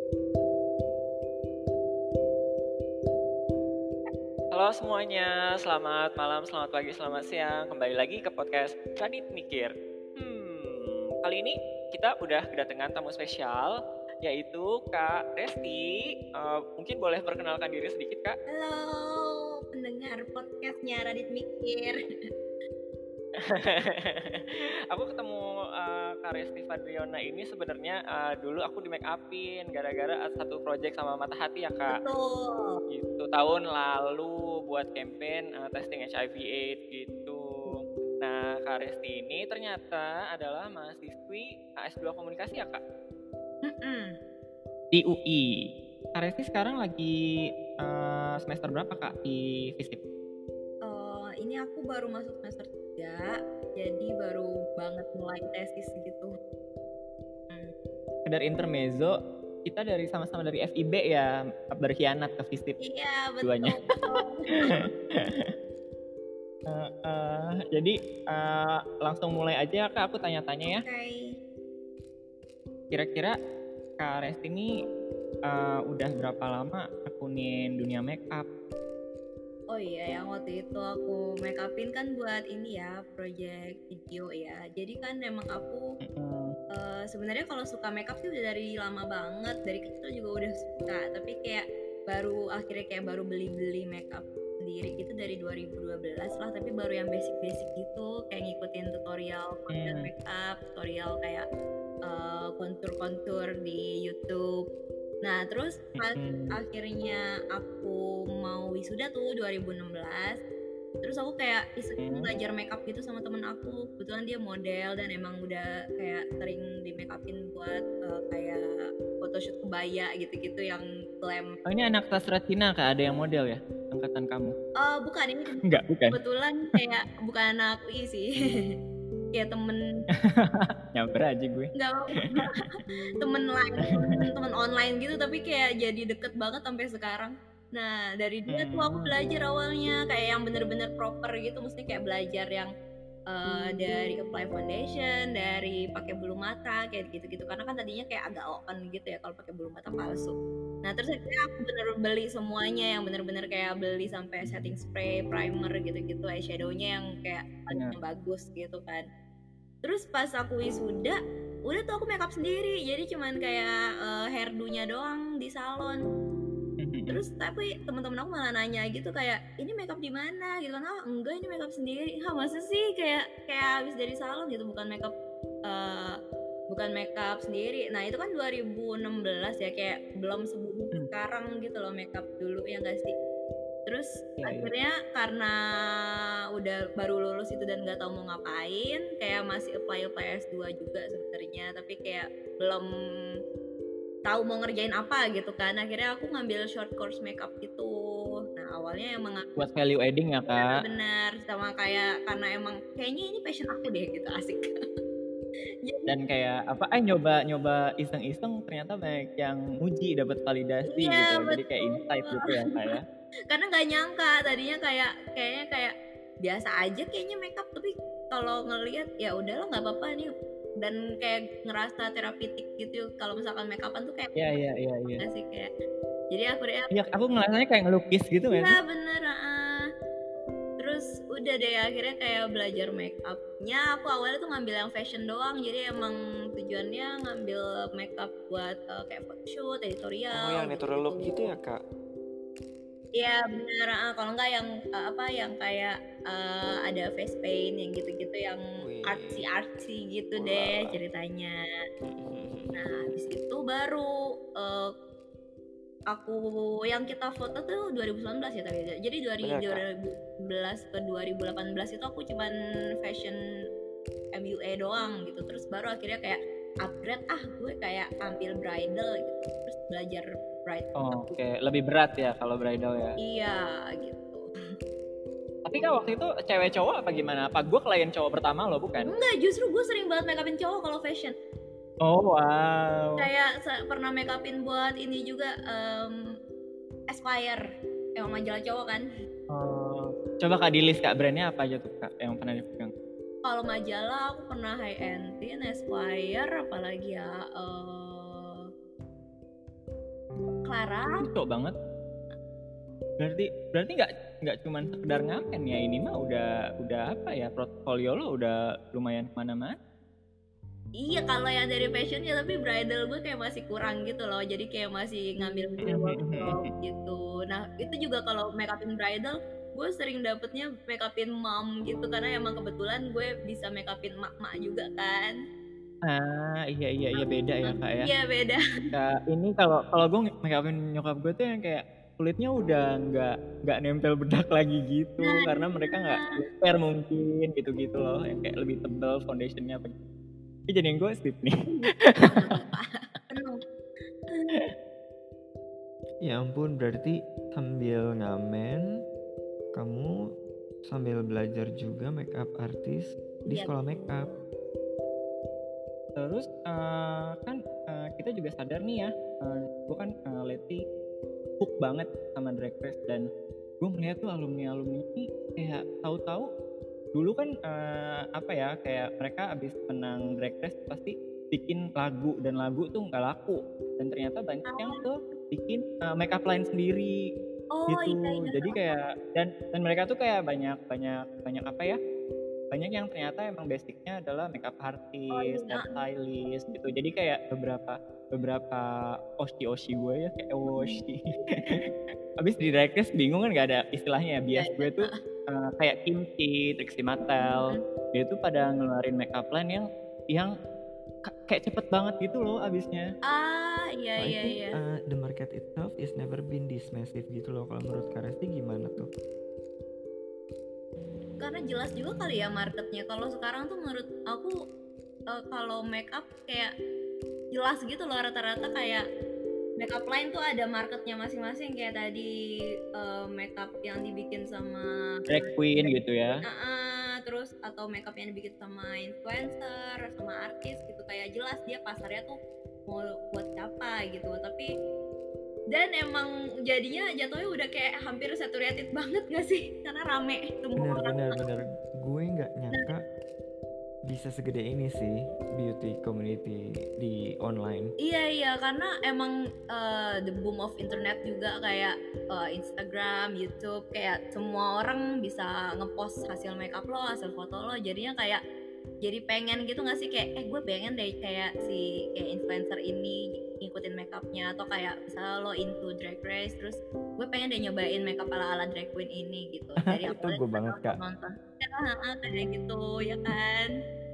Halo semuanya, selamat malam, selamat pagi, selamat siang. Kembali lagi ke podcast Radit Mikir. Kali ini kita udah kedatangan tamu spesial, yaitu Kak Resti. Mungkin boleh perkenalkan diri sedikit, Kak? Halo, pendengar podcastnya Radit Mikir. Aku ketemu Kak Resti Fadriona ini sebenarnya dulu aku di make upin gara-gara satu project sama Mata Hati ya, Kak. Betul. Gitu tahun lalu buat campaign testing HIV/AIDS gitu. Nah, Kak Resti ini ternyata adalah mahasiswi S2 Komunikasi ya, Kak? Di UI. Kak Resti sekarang lagi semester berapa, Kak, di FISIP? Ini aku baru masuk semester 3, jadi baru banget mulai tesis gitu. Dari intermezzo, kita sama-sama dari FIB ya, berkhianat ke FISIP. Iya, betul. Duanya. Jadi langsung mulai aja, Kak, aku tanya-tanya ya. Okay. Kira-kira Kak Resti ini udah berapa lama akunin dunia make up? Oh iya, yang waktu itu aku make upin kan buat ini ya, project video ya. Jadi kan emang aku sebenarnya kalau suka make up sih udah dari lama banget, dari kecil juga udah suka. Tapi kayak baru beli make up sendiri itu dari 2012 lah, tapi baru yang basic gitu, kayak ngikutin tutorial content make up, tutorial kayak kontur di YouTube. Nah terus pas akhirnya aku mau wisuda tuh 2016, terus aku kayak iseng belajar makeup gitu sama temen aku. Kebetulan dia model dan emang udah kayak sering di make upin buat kayak photoshoot kebaya gitu-gitu yang glam. Oh, ini anak sastra Cina, Kak? Ada yang model ya? Angkatan kamu? Bukan, ini Enggak, bukan. Kebetulan kayak bukan anak UI sih. Kayak temen nyamper aja gue. Nggak apa-apa. temen online gitu, tapi kayak jadi deket banget sampai sekarang. Nah dari dia tuh aku belajar awalnya kayak yang bener-bener proper gitu, mesti kayak belajar yang dari apply foundation, dari pakai bulu mata kayak gitu-gitu, karena kan tadinya kayak agak open gitu ya kalau pakai bulu mata palsu. Nah terus akhirnya aku bener beli semuanya, yang bener-bener kayak beli sampai setting spray, primer gitu-gitu, eyeshadownya yang kayak paling bagus gitu kan. Terus pas aku wisuda, udah tuh aku makeup sendiri, jadi cuman kayak hairdo-nya doang di salon. Terus tapi teman-teman aku malah nanya gitu kayak, ini makeup di mana gitu kan? Enggak, ini makeup sendiri. Masa sih kayak habis dari salon gitu, bukan makeup sendiri. Nah itu kan 2016 ya, kayak belum sebelum sekarang gitu loh makeup dulu, ya nggak sih? Terus akhirnya karena udah baru lulus itu dan nggak tahu mau ngapain, kayak masih apply S2 juga sebenarnya, tapi kayak belum tahu mau ngerjain apa gitu kan. Akhirnya aku ngambil short course makeup gitu. Nah awalnya emang buat value adding ya, Kak? Bener, sama kayak karena emang kayaknya ini passion aku deh gitu, asik. Dan kayak apa? Nyoba iseng-iseng, ternyata banyak yang muji, dapat validasi iya, gitu. Jadi kayak insight gitu ya, Kak ya. Karena nggak nyangka tadinya kayaknya biasa aja kayaknya makeup, tapi kalau ngelihat ya udahlah nggak apa-apa nih, dan kayak ngerasa terapeutik gitu kalau misalkan makeupan tuh kayak iya sih kayak, jadi aku ngerasanya kayak ngelukis gitu kan. Iya bener. Terus udah deh akhirnya kayak belajar makeupnya. Aku awalnya tuh ngambil yang fashion doang, jadi emang tujuannya ngambil makeup buat kayak photoshoot, editorial. Yang natural look gitu ya, Kak? Iya bener. Kalau enggak yang yang kayak ada face paint yang gitu-gitu, yang artsy gitu deh ceritanya. Nah habis itu baru aku yang kita foto tuh 2019 ya tadi. Jadi 2012 ke 2018 itu aku cuman fashion MUA doang gitu. Terus baru akhirnya kayak upgrade, gue kayak tampil bridal gitu. Terus belajar bridal. Oke, lebih berat ya kalau bridal ya. Iya gitu. Tapi kan waktu itu cewek cowok apa gimana? Apa gue klien cowok pertama lo, bukan? Enggak, justru gue sering banget make upin cowok kalau fashion. Oh wow. Kayak pernah make upin buat ini juga, Esquire, yang majalah cowok kan. Coba Kak di list, Kak, brandnya apa aja tuh, Kak, yang pernah dipegang? Kalau majalah aku pernah High Entin, Esquire, apalagi ya, Clara. Cocok banget. Berarti nggak cuma sekedar ngamen ya, ini mah udah apa ya, portfolio lo udah lumayan kemana-mana. Iya, kalau yang dari fashion ya, tapi bridal gue kayak masih kurang gitu loh, jadi kayak masih ngambil workshop gitu. Nah itu juga kalau make upin bridal gue sering dapetnya make upin mom gitu, karena emang kebetulan gue bisa make upin mak-mak juga kan. Iya beda ya kak ya. Iya beda. Kak, ini kalau gue make upin nyokap gue tuh yang kayak kulitnya udah nggak nempel bedak lagi gitu, karena mereka nggak repair mungkin gitu loh, yang kayak lebih tebal foundationnya. Ini jadi yang gue skip nih. Ya ampun, berarti sambil ngamen kamu sambil belajar juga make up artist di sekolah make up. Terus kan kita juga sadar nih ya, gue kan lately hook banget sama Drag Race, dan gue melihat tuh alumni ini kayak tahu-tahu dulu kan apa ya, kayak mereka abis menang Drag Race pasti bikin lagu, dan lagu tuh nggak laku, dan ternyata banyak yang tuh bikin make up line sendiri gitu. Jadi kayak dan mereka tuh kayak banyak apa ya, banyak yang ternyata emang basicnya adalah makeup artist, stylist gitu. Jadi kayak beberapa oshi gue ya, kayak oshi. Abis di Drag Race bingung kan, nggak ada istilahnya ya. Bias gue tuh kayak Kimchi, Trixie Mattel, dia tuh pada ngeluarin makeup line yang kayak cepet banget gitu loh abisnya. Iya. The market itself is never been this massive gitu loh. Kalau menurut Kak Resti gimana tuh? Karena jelas juga kali ya marketnya. Kalau sekarang tuh menurut aku kalau make up kayak jelas gitu loh, rata-rata kayak make up line tuh ada marketnya masing-masing. Kayak tadi make up yang dibikin sama drag queen gitu ya. Terus atau make up yang dibikin sama influencer, sama artis gitu, kayak jelas dia pasarnya tuh mau buat siapa gitu. Tapi dan emang jadinya jatuhnya udah kayak hampir saturated banget gak sih, karena rame semua orang. Bener. Gue nggak nyangka bisa segede ini sih beauty community di online. Iya, karena emang the boom of internet juga, kayak Instagram, YouTube, kayak semua orang bisa ngepost hasil makeup lo, hasil foto lo, jadinya kayak jadi pengen gitu gak sih, kayak gue pengen deh kayak si kayak influencer ini ngikutin makeupnya, atau kayak misalnya lo into Drag Race, terus gue pengen deh nyobain makeup ala drag queen ini gitu. Dari Itu gue banget kak. nonton kayak gitu ya kan.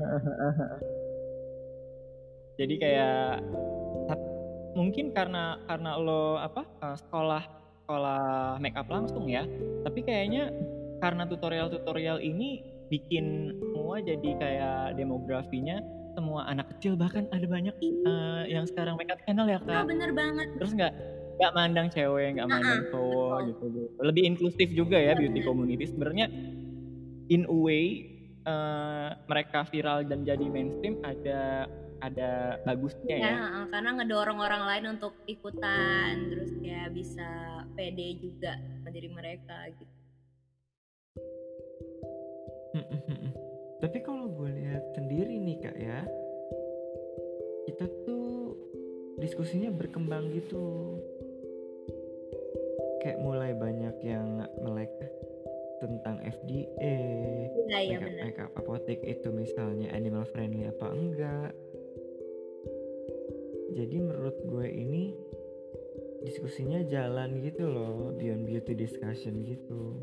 Jadi kayak mungkin karena lo sekolah makeup langsung ya, tapi kayaknya karena tutorial ini bikin semua jadi kayak demografinya semua anak kecil, bahkan ada banyak yang sekarang makeup channel ya kak. Bener banget. Terus nggak mandang cewek, nggak mandang cowok gitu. Lebih inklusif juga ya beauty community sebenarnya. In a way mereka viral dan jadi mainstream ada bagusnya ya. Karena ngedorong orang lain untuk ikutan, terus kayak bisa pede juga sama diri mereka gitu. Tapi kalau gue lihat sendiri nih kak ya, kita tuh diskusinya berkembang gitu, kayak mulai banyak yang melek tentang FDA, makeup apotek itu misalnya animal friendly apa enggak. Jadi menurut gue ini diskusinya jalan gitu loh, beyond beauty discussion gitu.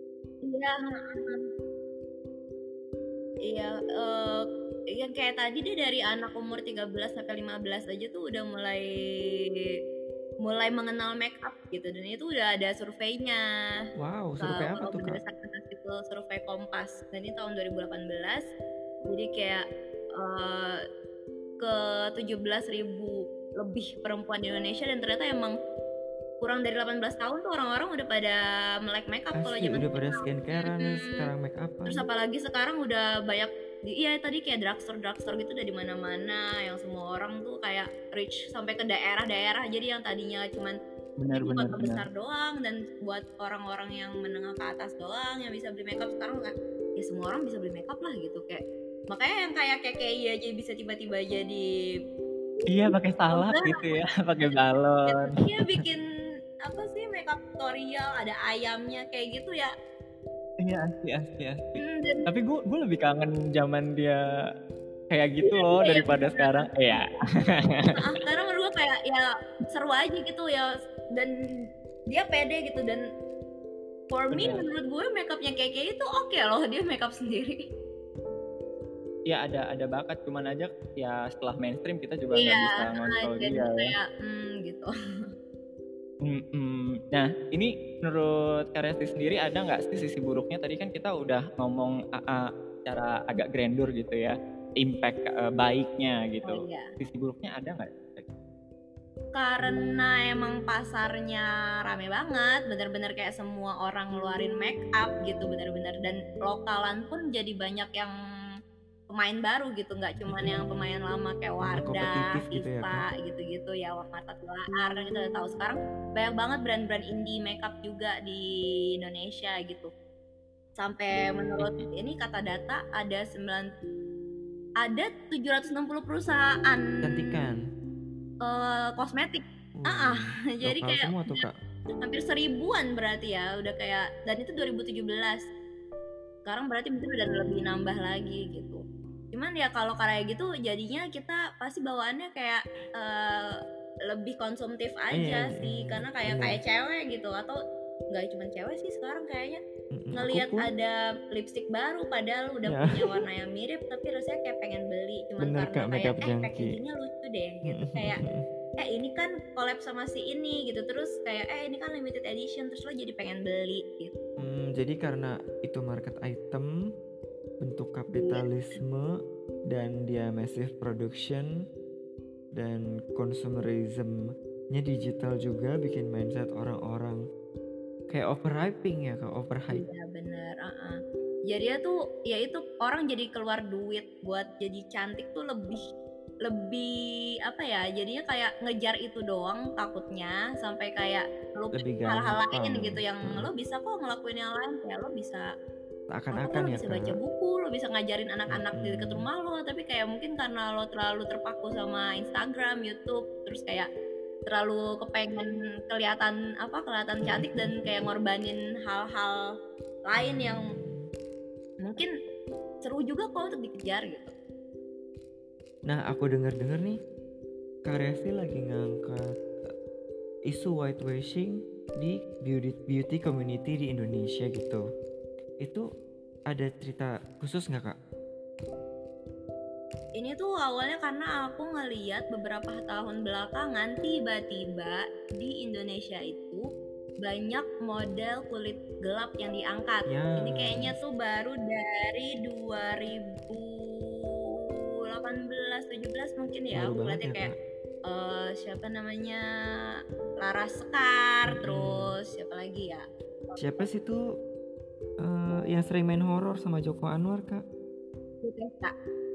Iya, yang kayak tadi deh, dari anak umur 13 sampai 15 aja tuh udah mulai mengenal make up gitu, dan itu udah ada surveinya. Wow, survei apa tuh kak? Berdasarkan hasil survei Kompas, dan ini tahun 2018. Jadi kayak ke 17.000 lebih perempuan di Indonesia, dan ternyata emang kurang dari 18 tahun tuh orang-orang udah pada melek make up. Kalau zaman udah pada skincare-an sekarang make up. Terus apalagi sekarang udah banyak tadi kayak drugstore gitu udah di mana-mana, yang semua orang tuh kayak reach sampai ke daerah-daerah. Jadi yang tadinya cuman kota besar doang dan buat orang-orang yang menengah ke atas doang yang bisa beli makeup, sekarang kan ya semua orang bisa beli makeup lah gitu. Kayak makanya yang kayak KKI aja bisa tiba-tiba jadi Iya, pakai salak Enggak, gitu ya, pakai balon. dia bikin apa sih makeup tutorial, ada ayamnya kayak gitu ya. Iya, asli. Dan Tapi gue lebih kangen zaman dia kayak gitu iya loh iya ya daripada bener. sekarang. Iya. Karena menurut gue kayak ya seru aja gitu ya, dan dia pede gitu, dan for me Bener. menurut gue makeupnya kayak itu oke loh, dia makeup sendiri. Ya ada bakat, cuman aja ya setelah mainstream kita juga nggak Iya, bisa ngontrol jadi dia ya. kayak gitu. Nah, ini menurut Kak Resti sendiri ada nggak sih sisi buruknya? Tadi kan kita udah ngomong secara agak grandeur gitu ya, impact baiknya Oh gitu. iya, Sisi buruknya ada nggak? karena emang pasarnya rame banget, bener-bener kayak semua orang ngeluarin make up gitu, bener-bener, dan lokalan pun jadi banyak yang pemain baru gitu, nggak cuman yang pemain lama kayak Wardah, kompetitif gitu ya, Viva Kak? gitu-gitu ya, Marta Tilaar, kan kita udah tahu sekarang banyak banget brand-brand indie makeup juga di Indonesia gitu. Sampai menurut ini kata data ada 760 perusahaan Cantikan. kosmetik. Jadi Lokal kayak semua tuh, Kak. hampir 1000-an berarti ya, udah kayak, dan itu 2017. Sekarang berarti mungkin udah lebih nambah lagi gitu. Cuman ya kalau kayak gitu jadinya kita pasti bawaannya kayak lebih konsumtif aja sih, karena kayak cewek gitu, atau nggak cuma cewek sih sekarang kayaknya ngelihat ada lipstick baru padahal udah punya warna yang mirip tapi rasanya kayak pengen beli, cuman Bener, karena Kak, kayak makeup junkie. packagingnya lucu deh gitu, kayak ini kan collab sama si ini gitu, terus kayak ini kan limited edition, terus lo jadi pengen beli gitu. Jadi karena itu market item, bentuk kapitalisme, dan dia massive production, dan consumerism-nya digital juga bikin mindset orang-orang kayak overhyping ya, Kak, overhype. Iya bener. Jadinya tuh ya itu orang jadi keluar duit buat jadi cantik tuh lebih apa ya, jadinya kayak ngejar itu doang takutnya, sampai kayak lupa Lebih hal-hal lain gampang. gitu yang lo bisa kok ngelakuin yang lain, kayak lo bisa Seakan-akan lo ya, bisa baca Kak. buku, lo bisa ngajarin anak-anak di dekat rumah lo, tapi kayak mungkin karena lo terlalu terpaku sama Instagram, YouTube, terus kayak terlalu kepengen kelihatan cantik dan kayak ngorbanin hal-hal lain yang mungkin seru juga kok untuk dikejar gitu. Nah, aku dengar-dengar nih Kak Resti lagi ngangkat isu whitewashing di beauty community di Indonesia gitu. Itu ada cerita khusus nggak, Kak? Ini tuh awalnya karena aku ngeliat beberapa tahun belakangan tiba-tiba di Indonesia itu banyak model kulit gelap yang diangkat. Ini kayaknya tuh baru dari 2018-17 mungkin ya. Aku ngeliatnya kayak siapa namanya, Laras Sekar, terus siapa lagi ya? Siapa sih tuh yang sering main horor sama Joko Anwar, Kak? Putesa.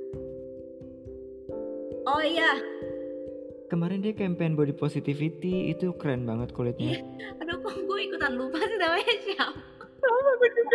Oh iya. Kemarin dia campaign body positivity, itu keren banget kulitnya. Aduh kok gue ikutan lupa sih namanya siapa. Sama gue juga.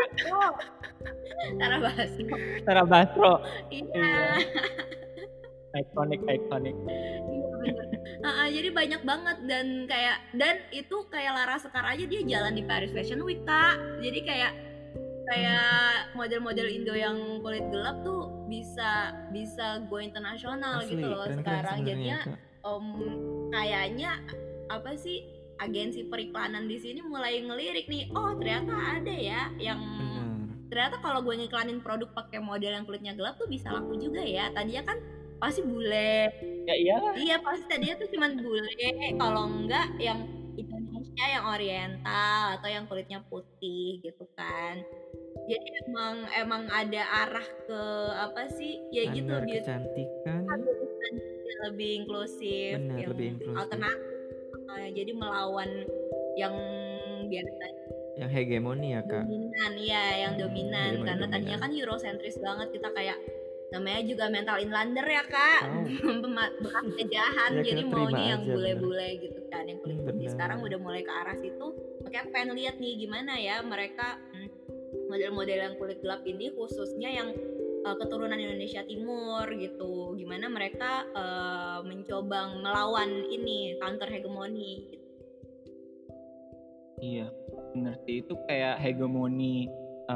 Tara Basro. Iya. Iconic. Iya bener. Jadi banyak banget, dan itu kayak Laras Sekar aja dia jalan di Paris Fashion Week, Kak. Jadi kayak model-model Indo yang kulit gelap tuh bisa go internasional. Asli, gitu loh sekarang. Jadinya kayaknya apa sih, agensi periklanan di sini mulai ngelirik nih, oh ternyata ada ya yang ternyata kalau gue ngiklanin produk pakai model yang kulitnya gelap tuh bisa laku juga ya. Tadinya kan pasti bule. Ya iyalah. Iya pasti tadinya tuh cuman bule, kalau enggak yang Indonesia, yang oriental, atau yang kulitnya putih gitu kan. Jadi emang ada arah ke apa sih ya gitu, beauty kecantikan, lebih inklusif, yang lebih inklusif, alternatif. Jadi melawan yang biasa, yang hegemoni ya, Kak. Dominan ya, yang dominan. Karena tadinya kan eurocentris banget, kita kayak namanya juga mental inlander ya, Kak. Bekas penjajahan. Jadi maunya yang bule-bule gitu kan, yang kulit putih. Sekarang udah mulai ke arah situ. Makanya pengen lihat nih gimana ya mereka model-model yang kulit gelap ini, khususnya yang keturunan Indonesia Timur gitu, gimana mereka mencoba melawan ini counter hegemoni gitu. Iya, bener sih, itu kayak hegemoni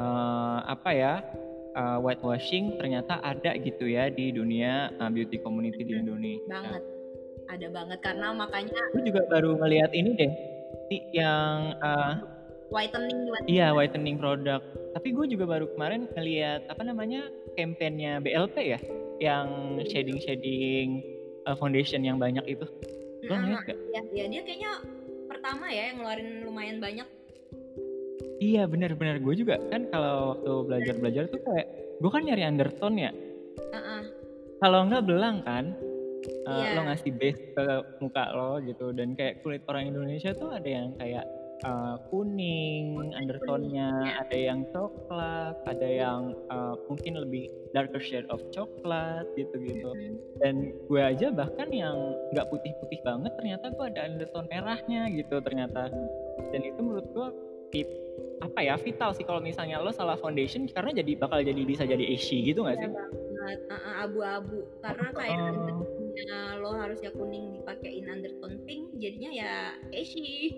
whitewashing ternyata ada gitu ya di dunia beauty community di Indonesia. Banget, ada banget, karena makanya Gue juga baru ngeliat ini deh, yang whitening. iya, whitening produk. Tapi gue juga baru kemarin ngeliat kampanyenya BLP ya, yang shading foundation yang banyak itu. Lo ngeliat gak? Ya dia kayaknya pertama ya yang ngeluarin lumayan banyak. Iya benar-benar, gue juga kan kalau waktu belajar tuh kayak gue kan nyari undertone ya. Kalau nggak belang kan, lo ngasih base ke muka lo gitu, dan kayak kulit orang Indonesia tuh ada yang kayak kuning undertone-nya, ada yang coklat, ada yang mungkin lebih darker shade of coklat gitu. Dan gue aja bahkan yang nggak putih-putih banget ternyata gue ada undertone merahnya gitu ternyata. Dan itu menurut gue vital sih kalau misalnya lo salah foundation, karena bisa jadi ashy gitu nggak sih? Banget, abu-abu, karena kayak lo harusnya kuning dipakein undertone pink, jadinya ya ashy.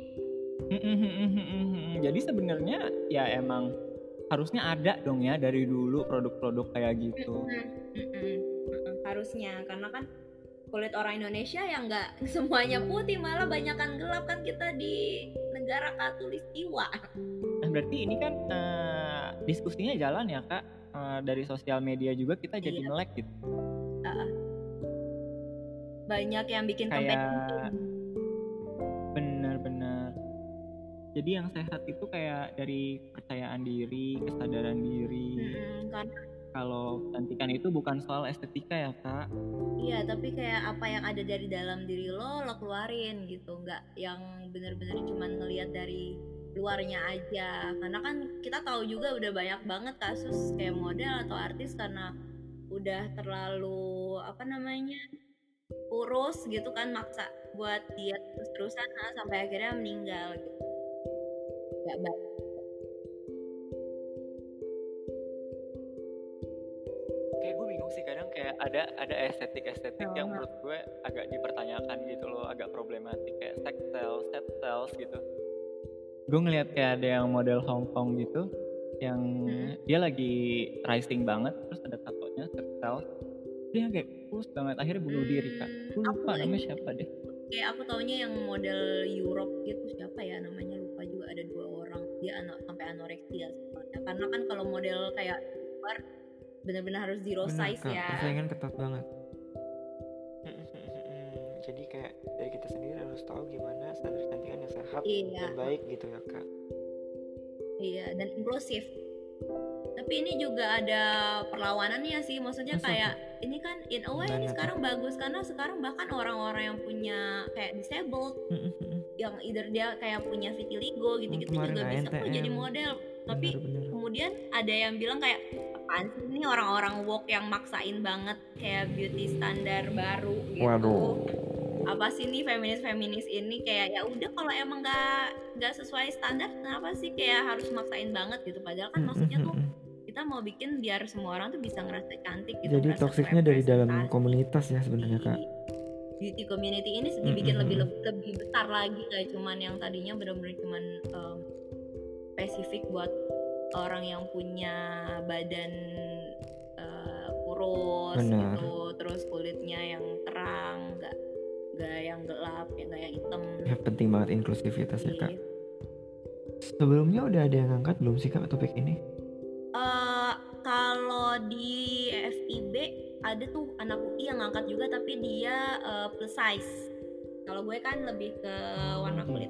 Jadi sebenarnya ya emang harusnya ada dong ya dari dulu produk-produk kayak gitu. Harusnya, karena kan kulit orang Indonesia yang nggak semuanya putih, malah banyakan gelap kan kita di negara Katulistiwa. Nah berarti ini kan diskusinya jalan ya Kak, dari sosial media juga kita jadi melek gitu. Banyak yang bikin kayak bener-bener. Jadi yang sehat itu kayak dari kepercayaan diri, kesadaran diri. Kalau kecantikan itu bukan soal estetika ya Kak. Iya, tapi kayak apa yang ada dari dalam diri lo keluarin gitu, nggak yang bener-bener cuman ngelihat dari luarnya aja. Karena kan kita tahu juga udah banyak banget kasus kayak model atau artis karena udah terlalu kurus gitu kan, maksa buat diet terus-terusan sampai akhirnya meninggal gitu. Nggak baik. Kayak gue bingung sih kadang, kayak ada estetik yang menurut gue agak dipertanyakan gitu loh, agak problematik, kayak sex cells, set cells gitu. Gue ngeliat kayak ada yang model Hong Kong gitu, yang dia lagi rising banget, terus ada tatonya set cells, dia kayak kurus banget, akhirnya bunuh diri Kak. Gue lupa namanya siapa deh. Kayak aku taunya yang model Europe gitu, siapa ya namanya, lupa juga, ada 2 orang, dia sampai anoreksia sebenarnya. Karena kan kalau model kayak luar benar-benar harus zero size ya. Persaingan ketat banget. Jadi kayak dari kita sendiri harus tahu gimana standar kecantikan yang sehat dan baik gitu ya Kak. Iya, dan inklusif. Tapi ini juga ada perlawanannya sih, maksudnya kayak ini kan in a way ini sekarang bagus karena sekarang bahkan orang-orang yang punya kayak disabled, yang either dia kayak punya vitiligo gitu-gitu juga bisa kok jadi model. Tapi kemudian ada yang bilang kayak apaan sih ini orang-orang woke yang maksain banget kayak beauty standar baru gitu. Waduh. Apa sih nih feminis ini, kayak ya udah kalau emang nggak sesuai standar kenapa sih kayak harus maksain banget gitu, padahal kan maksudnya tuh kita mau bikin biar semua orang tuh bisa ngerasa cantik gitu. Jadi toksiknya dari dalam komunitas ya sebenarnya Kak. Beauty community ini dibikin lebih besar lagi, kayak cuman yang tadinya benar-benar cuman spesifik buat orang yang punya badan kurus gitu, terus kulitnya yang terang, nggak yang gelap, nggak yang hitam. Ya penting banget inklusivitas ya Kak. Sebelumnya udah ada yang ngangkat belum sih Kak topik ini? Kalau di FIB ada tuh anak UI yang ngangkat juga, tapi dia plus size. Kalau gue kan lebih ke warna kulit.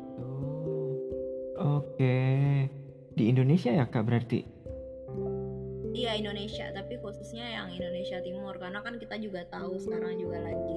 Oke. Di Indonesia ya Kak berarti? Iya Indonesia, tapi khususnya yang Indonesia Timur, karena kan kita juga tahu sekarang juga lagi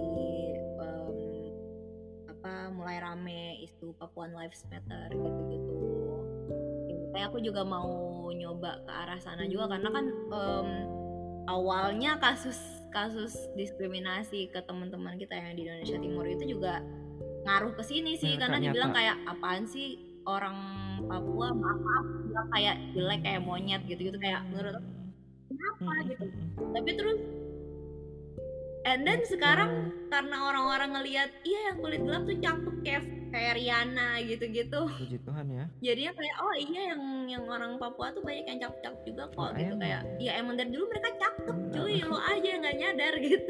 mulai rame isu Papuan Lives Matter gitu-gitu. Kayak aku juga mau nyoba ke arah sana juga, karena kan awalnya kasus diskriminasi ke teman-teman kita yang di Indonesia Timur itu juga ngaruh ke sini sih, karena dibilang kayak apaan sih orang Papua, maaf bilang kayak jelek, kayak monyet gitu-gitu, kayak menurut aku kenapa gitu. Tapi terus and then sekarang karena orang-orang ngelihat iya yang kulit gelap tuh cakep kayak Rihanna gitu-gitu. Puji Tuhan ya. Jadinya kayak oh iya yang orang Papua tuh banyak yang cakep-cakep juga kok gitu. Kayak ya emang dari dulu mereka cakep cuy, lo aja yang nggak nyadar gitu.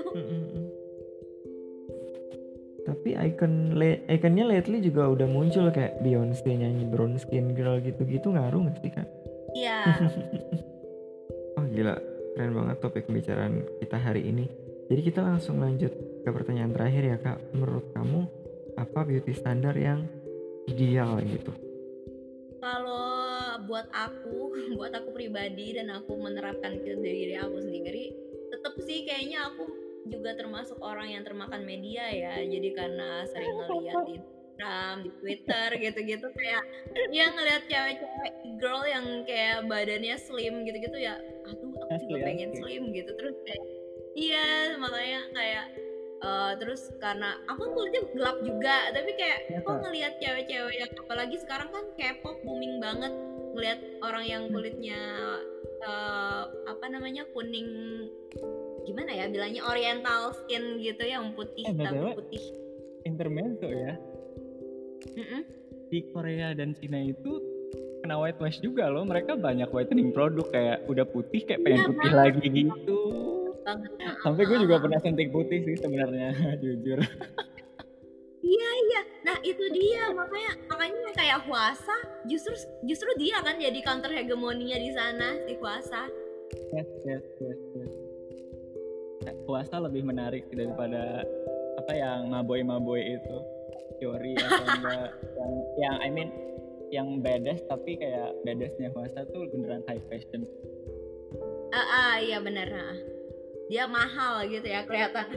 Tapi ikonnya lately juga udah muncul kayak Beyonce nyanyi Brown Skin Girl gitu-gitu, ngaruh gak sih Kak? Iya. Oh gila, keren banget topik pembicaraan kita hari ini. Jadi kita langsung lanjut ke pertanyaan terakhir ya Kak. Menurut kamu apa beauty standar yang ideal gitu? Kalau buat aku pribadi dan aku menerapkan ke diri aku sendiri, tetap sih kayaknya aku juga termasuk orang yang termakan media ya. Jadi karena sering ngeliat di Instagram, di Twitter gitu-gitu kayak ya ngeliat cewek-cewek girl yang kayak badannya slim gitu-gitu ya. Aduh, aku juga pengen slim gitu. Terus kayak iya, makanya kayak terus karena aku kulitnya gelap juga, tapi kayak kok ngelihat cewek-cewek yang apalagi sekarang kan K-pop booming banget, ngelihat orang yang kulitnya kuning, gimana ya bilangnya, oriental skin gitu yang putih tapi putih. Intermezzo ya. Di Korea dan Cina itu kena whitewash juga loh, mereka banyak whitening produk kayak udah putih kayak pengen putih lagi gitu. Sampai gue juga pernah suntik putih sih sebenarnya, jujur. Iya, nah itu dia makanya kayak Hwasa justru dia kan jadi counter hegemoninya di sana, si Hwasa. Yes. Hwasa lebih menarik daripada apa yang maboy itu teori atau enggak yang badass, tapi kayak badassnya Hwasa tuh beneran high fashion. Iya bener. Dia mahal gitu ya kelihatan.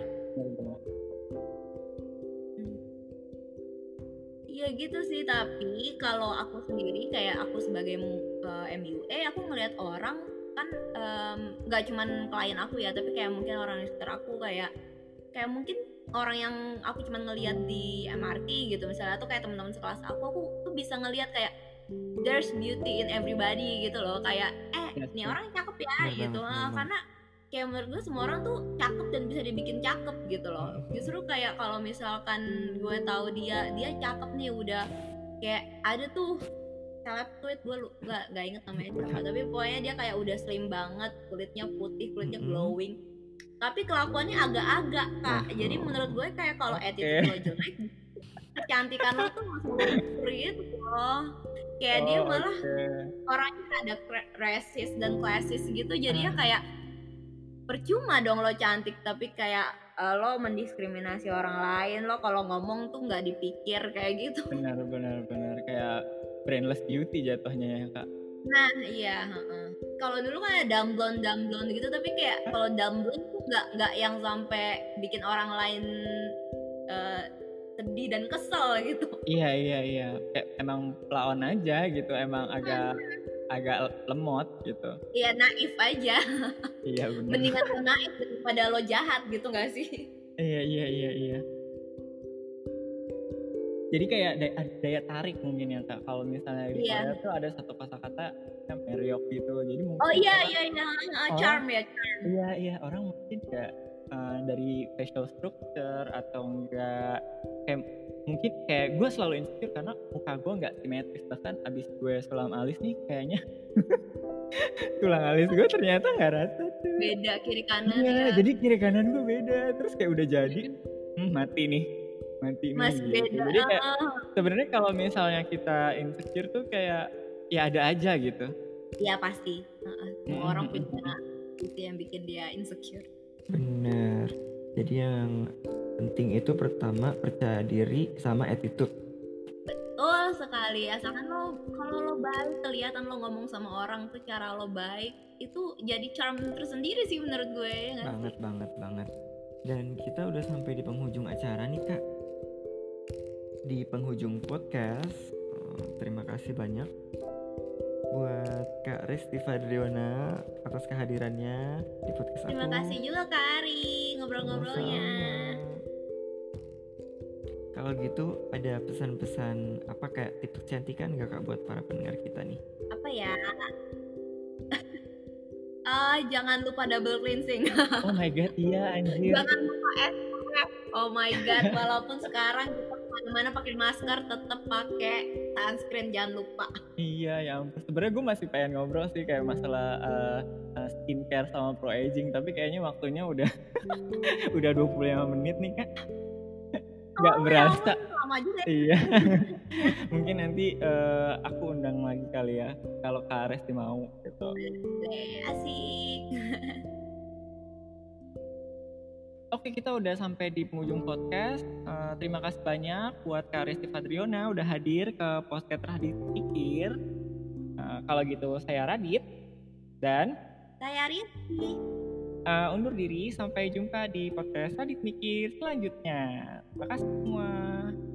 Iya gitu sih, tapi kalau aku sendiri kayak aku sebagai MUA aku ngelihat orang kan nggak cuman klien aku ya, tapi kayak mungkin orang di sekitar aku kayak mungkin orang yang aku cuman ngelihat di MRT gitu misalnya, tuh kayak teman-teman sekelas aku tuh bisa ngelihat kayak there's beauty in everybody gitu loh, kayak ini orang cakep ya gitu. Karena kayak menurut gue semua orang tuh cakep dan bisa dibikin cakep gitu loh. Justru kayak kalau misalkan gue tahu dia cakep nih, udah kayak ada tuh seleb tweet, gue gak inget namanya siapa, tapi pokoknya dia kayak udah slim banget, kulitnya putih, kulitnya glowing, tapi kelakuannya agak-agak Kak. Jadi menurut gue kayak kalau attitude lo jelek, kecantikan lo tuh masih gitu loh. Kayak dia malah orangnya ada rasis dan klassis gitu, jadinya kayak percuma dong lo cantik tapi kayak lo mendiskriminasi orang lain, lo kalau ngomong tuh nggak dipikir kayak gitu. Benar kayak brainless beauty jatuhnya ya Kak. Nah iya, kalau dulu kan ada dumb blonde gitu, tapi kayak kalau dumb blonde tuh nggak yang sampai bikin orang lain sedih dan kesel gitu. Iya kayak emang pelawan aja gitu, emang agak lemot gitu. Iya, naif aja. Iya benar. Mendingan lo naif daripada lo jahat gitu nggak sih? Iya. Jadi kayak daya tarik mungkin ya Kak. Kalau misalnya di Korea tuh ada satu kosakata yang meryok gitu. Jadi mungkin charm. Iya, orang mungkin kayak dari facial structure atau enggak kayak mungkin kayak gue selalu insecure karena muka gue nggak simetris, bahkan abis gue sulam alis nih kayaknya tulang alis gue ternyata nggak rata tuh, beda kiri kanan. Iya, jadi kiri kanan gue beda, terus kayak udah jadi mati nih masih gitu. Beda. Jadi kayak sebenarnya kalau misalnya kita insecure tuh kayak ya ada aja gitu. Iya pasti semua orang punya itu yang bikin dia insecure. Bener. Jadi yang penting itu pertama percaya diri sama attitude. Betul sekali. Asalkan kalau lo baik, kelihatan lo ngomong sama orang tuh cara lo baik, itu jadi charm tersendiri sih menurut gue. Banget. Dan kita udah sampai di penghujung acara nih Kak. Di penghujung podcast, terima kasih banyak buat Kak Resti Fadriona atas kehadirannya di podcast Terima kasih juga Kak Ari ngobrol-ngobrolnya. Kalau gitu ada pesan-pesan apa kayak tips kecantikan gak Kak buat para pendengar kita nih? Apa ya? Jangan lupa double cleansing. Oh my god, iya anjir. Jangan lupa SPF. Oh my god, walaupun sekarang kita kemana-mana pakai masker, tetap pakai sunscreen, jangan lupa. Iya ya ampun. Sebenarnya gue masih pengen ngobrol sih kayak masalah skincare sama pro aging, tapi kayaknya waktunya udah udah 25 menit nih kan. Nggak berasa. Lama juga. Iya. Mungkin nanti aku undang lagi kali ya kalau Kak Resti mau gitu. Asik. Oke, kita udah sampai di penghujung podcast. Terima kasih banyak buat Kak Resti Fadriona udah hadir ke podcast Radit Pikir. Kalau gitu saya Radit dan Saya Rizky. undur diri. Sampai jumpa di podcast Radit Mikir selanjutnya. Terima kasih semua.